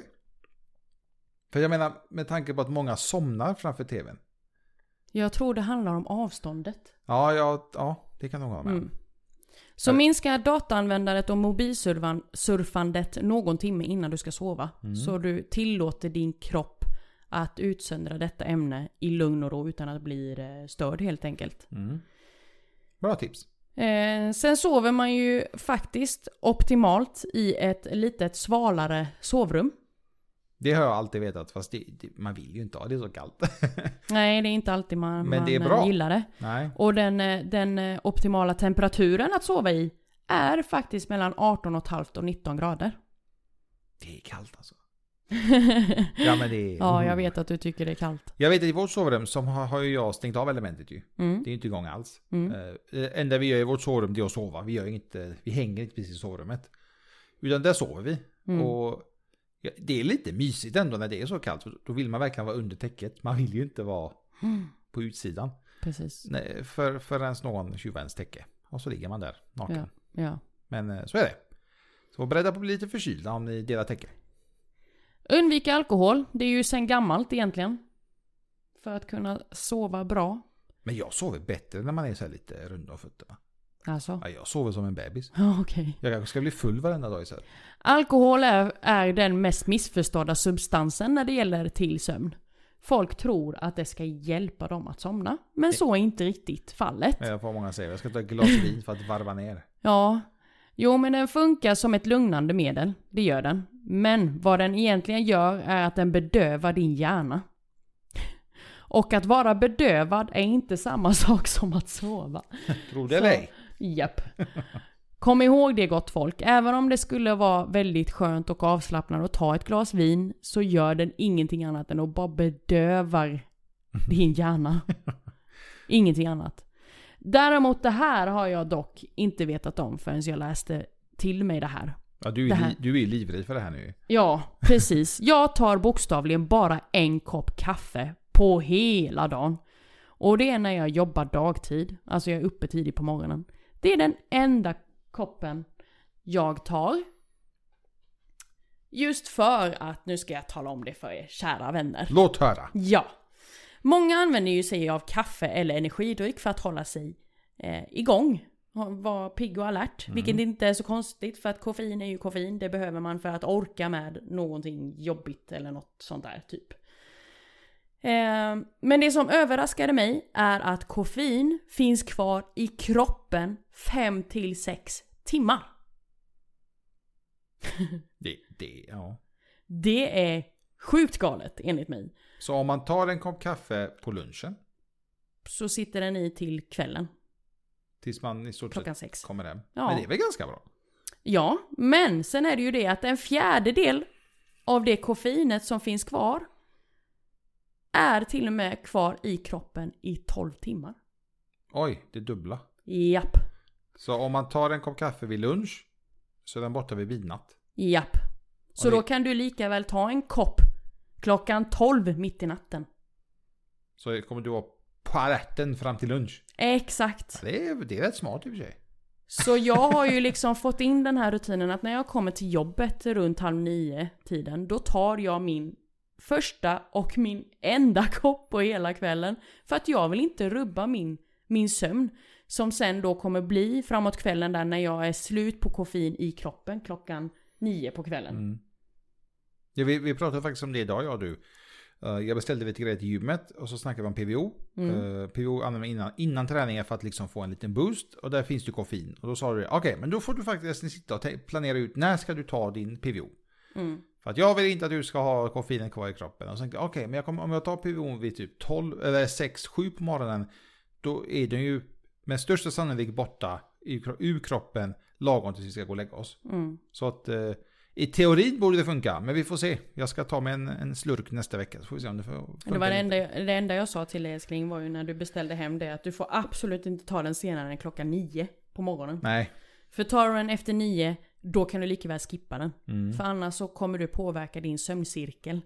För jag menar, med tanke på att många somnar framför tvn. Jag tror det handlar om avståndet. Ja, ja, ja det kan nog vara med. Mm. Så minska dataanvändandet och mobilsurfandet någon timme innan du ska sova. Mm. Så du tillåter din kropp att utsöndra detta ämne i lugn och ro utan att bli störd helt enkelt. Mm. Bra tips. Eh, sen sover man ju faktiskt optimalt i ett litet svalare sovrum. Det har jag alltid vetat, fast det, det, man vill ju inte ha det så kallt. Nej, det är inte alltid man, Men det är man bra. gillar det. Nej. Och den, den optimala temperaturen att sova i är faktiskt mellan arton komma fem och nitton grader. Det är kallt alltså. Ja, men det är... Ja, jag vet att du tycker det är kallt. Jag vet att i vårt sovrum så har, har ju jag stängt av elementet ju. Mm. Det är inte igång alls. Mm. Uh, enda vi gör i vårt sovrum det är att sova. Vi, gör inte, vi hänger inte precis i sovrummet. Utan där sover vi. Mm. Och ja, det är lite mysigt ändå när det är så kallt. Då vill man verkligen vara under täcket. Man vill ju inte vara mm. på utsidan. Precis. Nej, för, förrän någon tjuvar ens täcke. Och så ligger man där naken. Ja, ja. Men uh, så är det. Så beredda på att bli lite förkylda om ni delar täcke. Undvika alkohol, det är ju sen gammalt egentligen. För att kunna sova bra. Men jag sover bättre när man är så här lite rund av fötterna. Alltså? Ja, jag sover som en bebis. Ja, okej. Jag kanske ska bli full varenda dag istället. Alkohol är, är den mest missförstådda substansen när det gäller till sömn. Folk tror att det ska hjälpa dem att somna. Men så är inte riktigt fallet. Jag får många säga, jag ska ta ett glas vin för att varva ner. Ja. Jo, men den funkar som ett lugnande medel. Det gör den. Men vad den egentligen gör är att den bedövar din hjärna. Och att vara bedövad är inte samma sak som att sova. Tror det eller ej? Japp. Kom ihåg det, gott folk. Även om det skulle vara väldigt skönt och avslappnande att ta ett glas vin, så gör den ingenting annat än att bara bedövar din hjärna. Ingenting annat. Däremot det här har jag dock inte vetat om förrän jag läste till mig det här. Ja, du är, li- du är livrädd för det här nu. Ja, precis. Jag tar bokstavligen bara en kopp kaffe på hela dagen. Och det är när jag jobbar dagtid. Alltså jag är uppe tidigt på morgonen. Det är den enda koppen jag tar. Just för att, nu ska jag tala om det för er kära vänner. Låt höra. Ja. Många använder ju sig av kaffe eller energidryck för att hålla sig eh, igång. Vara pigg och alert. Mm. Vilket inte är så konstigt, för att koffein är ju koffein. Det behöver man för att orka med någonting jobbigt eller något sånt där typ. Eh, men det som överraskade mig är att koffein finns kvar i kroppen fem till sex timmar. det, det, ja. Det är sjukt galet enligt mig. Så om man tar en kopp kaffe på lunchen, så sitter den i till kvällen. Tills man i stort Klockan sett sex. kommer hem. Ja. Men det är väl ganska bra? Ja, men sen är det ju det att en fjärdedel av det koffeinet som finns kvar är till och med kvar i kroppen i tolv timmar. Oj, det är dubbla. Japp. Så om man tar en kopp kaffe vid lunch, så är den borta vid midnatt. Japp. Så det... då kan du lika väl ta en kopp klockan tolv mitt i natten. Så kommer du vara på alerten fram till lunch. Exakt. Ja, det, är, det är rätt smart i och för sig. Så jag har ju liksom fått in den här rutinen att när jag kommer till jobbet runt halv nio tiden, då tar jag min första och min enda kopp på hela kvällen. För att jag vill inte rubba min, min sömn. Som sen då kommer bli framåt kvällen där när jag är slut på koffein i kroppen klockan nio på kvällen. Mm. Ja, vi, vi pratade faktiskt om det idag, jag och du. Uh, jag beställde lite grejer till gymmet och så snackade vi om P V O. Mm. Uh, P V O använder man innan, innan träningen för att liksom få en liten boost. Och där finns det koffein. Och då sa du, okej, okay, men då får du faktiskt sitta och te- planera ut när ska du ta din P V O. Mm. För att jag vill inte att du ska ha koffeinen kvar i kroppen. Och sen, okej, okay, men jag kommer, om jag tar P V O vid typ tolv eller sex sju på morgonen, då är den ju med största sannolikhet borta ur kroppen lagom tills vi ska gå och lägga oss. Mm. Så att uh, I teorin borde det funka, men vi får se. Jag ska ta mig en, en slurk nästa vecka, så får vi se om det funkar. Det var det enda, det enda jag sa till dig, älskling, var ju när du beställde hem det, att du får absolut inte ta den senare än klockan nio på morgonen. Nej. För tar du den efter nio, då kan du lika väl skippa den. Mm. För annars så kommer du påverka din sömncirkel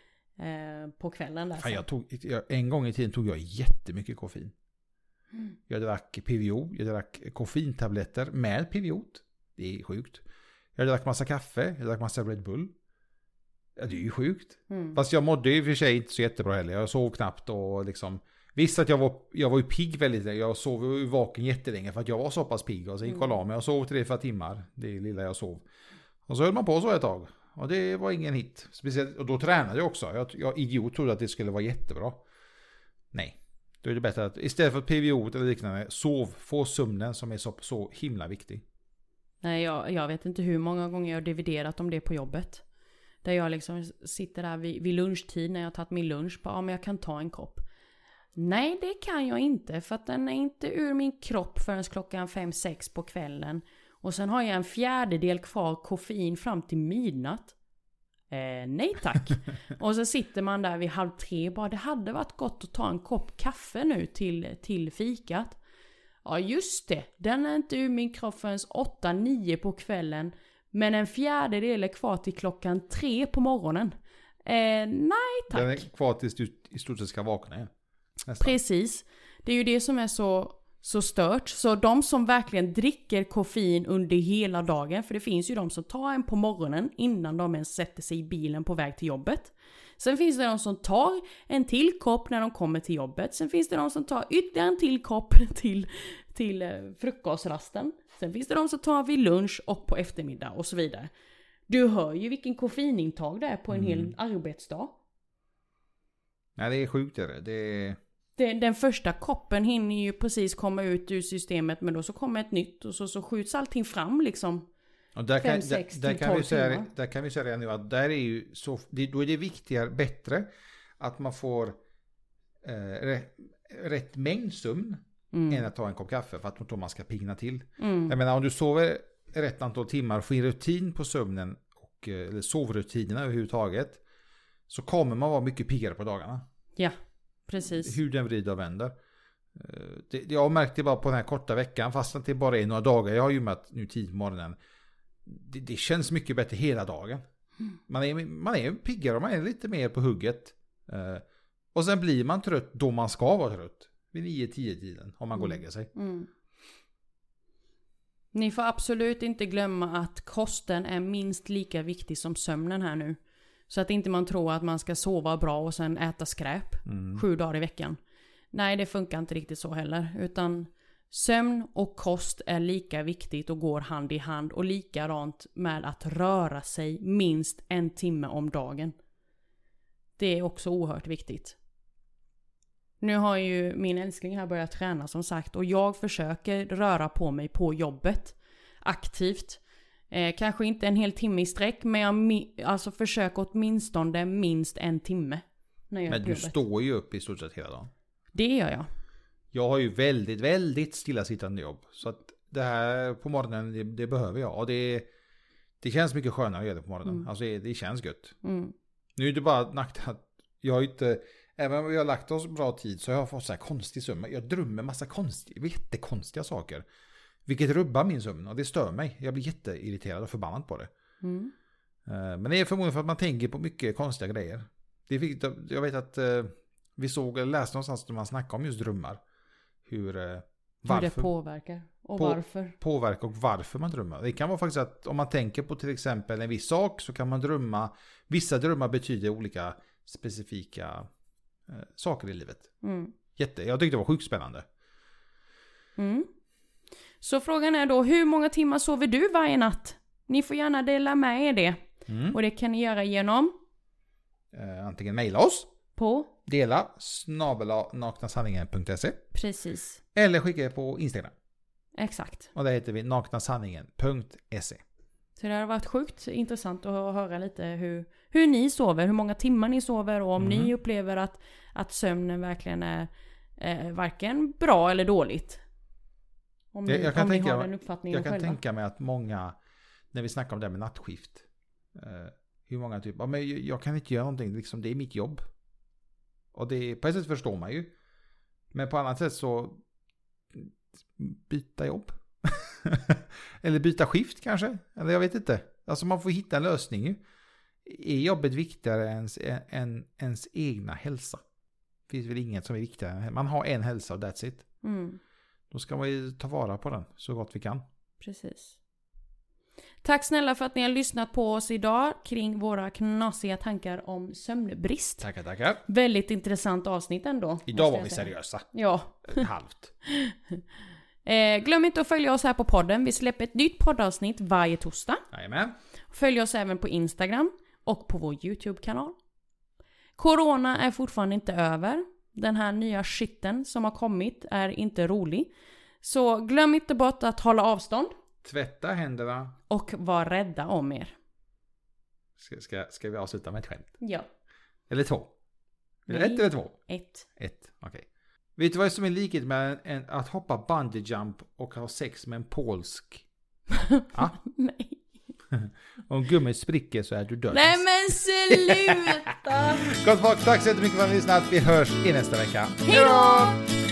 eh, på kvällen där. Fan, jag tog, jag, en gång i tiden tog jag jättemycket koffein. Mm. Jag drack P V O, jag drack koffeintabletter med P V O. Det är sjukt. Jag drack massa kaffe, jag drack massa Red Bull. Ja, det är ju sjukt. Mm. Fast jag mådde ju för sig inte så jättebra heller. Jag sov knappt och liksom... Visst att jag var, jag var ju pigg väldigt länge. Jag sov ju vaken jättelänge för att jag var så pass pigg. Och så gick jag la mig. Jag sov tre, fyra timmar. Det lilla jag sov. Och så höll man på så ett tag. Och det var ingen hit. Speciellt, och då tränade jag också. Jag, jag idiot trodde att det skulle vara jättebra. Nej. Då är det bättre att istället för P V O eller liknande, sov. Få sömnen som är så, så himla viktig. Nej, jag, jag vet inte hur många gånger jag har dividerat om det på jobbet. Där jag liksom sitter där vid, vid lunchtid när jag har tagit min lunch. På, ja, men jag kan ta en kopp. Nej, det kan jag inte. För att den är inte ur min kropp förrän klockan fem sex på kvällen. Och sen har jag en fjärdedel kvar koffein fram till midnatt. Eh, nej tack. Och så sitter man där vid halv tre. Bara, det hade varit gott att ta en kopp kaffe nu till, till fikat. Ja, just det. Den är inte ur min kropp förrän åtta nio på kvällen. Men en fjärdedel är kvar till klockan tre på morgonen. Eh, nej tack. Den är kvar tills du i stort sett ska vakna igen. Nästan. Precis. Det är ju det som är så, så stört. Så de som verkligen dricker koffein under hela dagen. För det finns ju de som tar en på morgonen innan de ens sätter sig i bilen på väg till jobbet. Sen finns det de som tar en till kopp när de kommer till jobbet. Sen finns det de som tar ytterligare en till kopp till, till eh, frukostrasten. Sen finns det de som tar vid lunch och på eftermiddag och så vidare. Du hör ju vilken koffeinintag det är på en mm. hel arbetsdag. Nej, det är sjukt det. det är... Den, den första koppen hinner ju precis komma ut ur systemet, men då så kommer ett nytt och så, så skjuts allting fram liksom. Och där kan, fem, sex där, där till kan tolv vi säga, timmar. där kan vi säga nu att där är ju så, det, då är det viktigare, bättre att man får eh, rätt, rätt mängd sömn mm. än att ta en kopp kaffe för att då man ska pigna till. Mm. Jag menar, om du sover rätt antal timmar och får in rutin på sömnen och eller sovrutinerna överhuvudtaget, så kommer man vara mycket piggare på dagarna. Ja, precis. Hur den vrider och vänder. Det, jag har märkt det bara på den här korta veckan, fast att det bara är några dagar. Jag har ju mött nu tid på morgonen. Det, det känns mycket bättre hela dagen. Man är, man är piggare och man är lite mer på hugget. Och sen blir man trött då man ska vara trött. Vid nio tio tiden om man går och lägger sig. Mm. Ni får absolut inte glömma att kosten är minst lika viktig som sömnen här nu. Så att inte man tror att man ska sova bra och sen äta skräp mm. sju dagar i veckan. Nej, det funkar inte riktigt så heller. Utan sömn och kost är lika viktigt och går hand i hand. Och likadant med att röra sig minst en timme om dagen. Det är också oerhört viktigt. Nu har ju min älskling här börjat träna som sagt. Och jag försöker röra på mig på jobbet aktivt. Eh, kanske inte en hel timme i sträck, men jag mi- alltså försöker åtminstone minst en timme. När jag men du står ju upp i stort sett hela dagen. Det gör jag. Jag har ju väldigt, väldigt stillasittande jobb. Så att det här på morgonen, det, det behöver jag. Och det, det känns mycket skönare att göra det på morgonen. Mm. Alltså det, det känns gött. Mm. Nu är det bara nackdel att jag har inte, även om vi har lagt oss bra tid, så har jag fått så här konstig sömn. Jag drömmer massa konstiga, jättekonstiga saker. Vilket rubbar min sömn och det stör mig. Jag blir jätteirriterad och förbannad på det. Mm. Men det är förmodligen för att man tänker på mycket konstiga grejer. Det är viktigt, jag vet att vi såg eller läste någonstans när man snackade om just drömmar. Hur, varför, hur det påverkar och på, varför. Påverkar och varför man drömmer. Det kan vara faktiskt att om man tänker på till exempel en viss sak, så kan man drömma. Vissa drömmar betyder olika specifika eh, saker i livet. Mm. Jätte, jag tyckte det var sjukt spännande. Mm. Så frågan är då, hur många timmar sover du varje natt? Ni får gärna dela med er det. Mm. Och det kan ni göra genom eh, antingen mejla oss på dela snabel-a naknasanningen punkt se. Precis. Eller skicka på Instagram. Exakt. Och där heter vi naknasanningen punkt se. Så det har varit sjukt intressant att höra lite hur, hur ni sover, hur många timmar ni sover och om mm. ni upplever att, att sömnen verkligen är eh, varken bra eller dåligt. Om ni, jag, jag kan, om tänka, ni har den uppfattningen jag kan själva. tänka mig att många, när vi snackar om det med nattskift, Uh, hur många typ, ja, men jag, jag kan inte göra någonting, liksom, det är mitt jobb. Och det, på ett sätt förstår man ju. Men på annat sätt så byta jobb. Eller byta skift kanske. Eller jag vet inte. Alltså man får hitta en lösning ju. Är jobbet viktigare än, än ens egna hälsa? Det finns väl inget som är viktigare. Man har en hälsa och that's it. Mm. Då ska man ju ta vara på den så gott vi kan. Precis. Tack snälla för att ni har lyssnat på oss idag kring våra knasiga tankar om sömnbrist. Tackar, tackar. Väldigt intressant avsnitt ändå. Idag var vi seriösa. Ja. Halvt. eh, glöm inte att följa oss här på podden. Vi släpper ett nytt poddavsnitt varje torsdag. Jajamän. Följ oss även på Instagram och på vår YouTube-kanal. Corona är fortfarande inte över. Den här nya skiten som har kommit är inte rolig. Så glöm inte bort att hålla avstånd. Tvätta händerna. Och var rädda om er. Ska, ska, ska vi avsluta med ett skämt? Ja. Eller två? Eller Nej. ett eller två? Ett. Ett, okej. Okay. Vet du vad som är likhet med en, en, att hoppa bungee jump och ha sex med en polsk? Ja? Nej. Om gummit spricker så är du död. Nej men sluta! Gott folk, tack så jättemycket för att ni har lyssnat. Vi hörs i nästa vecka. Hej då!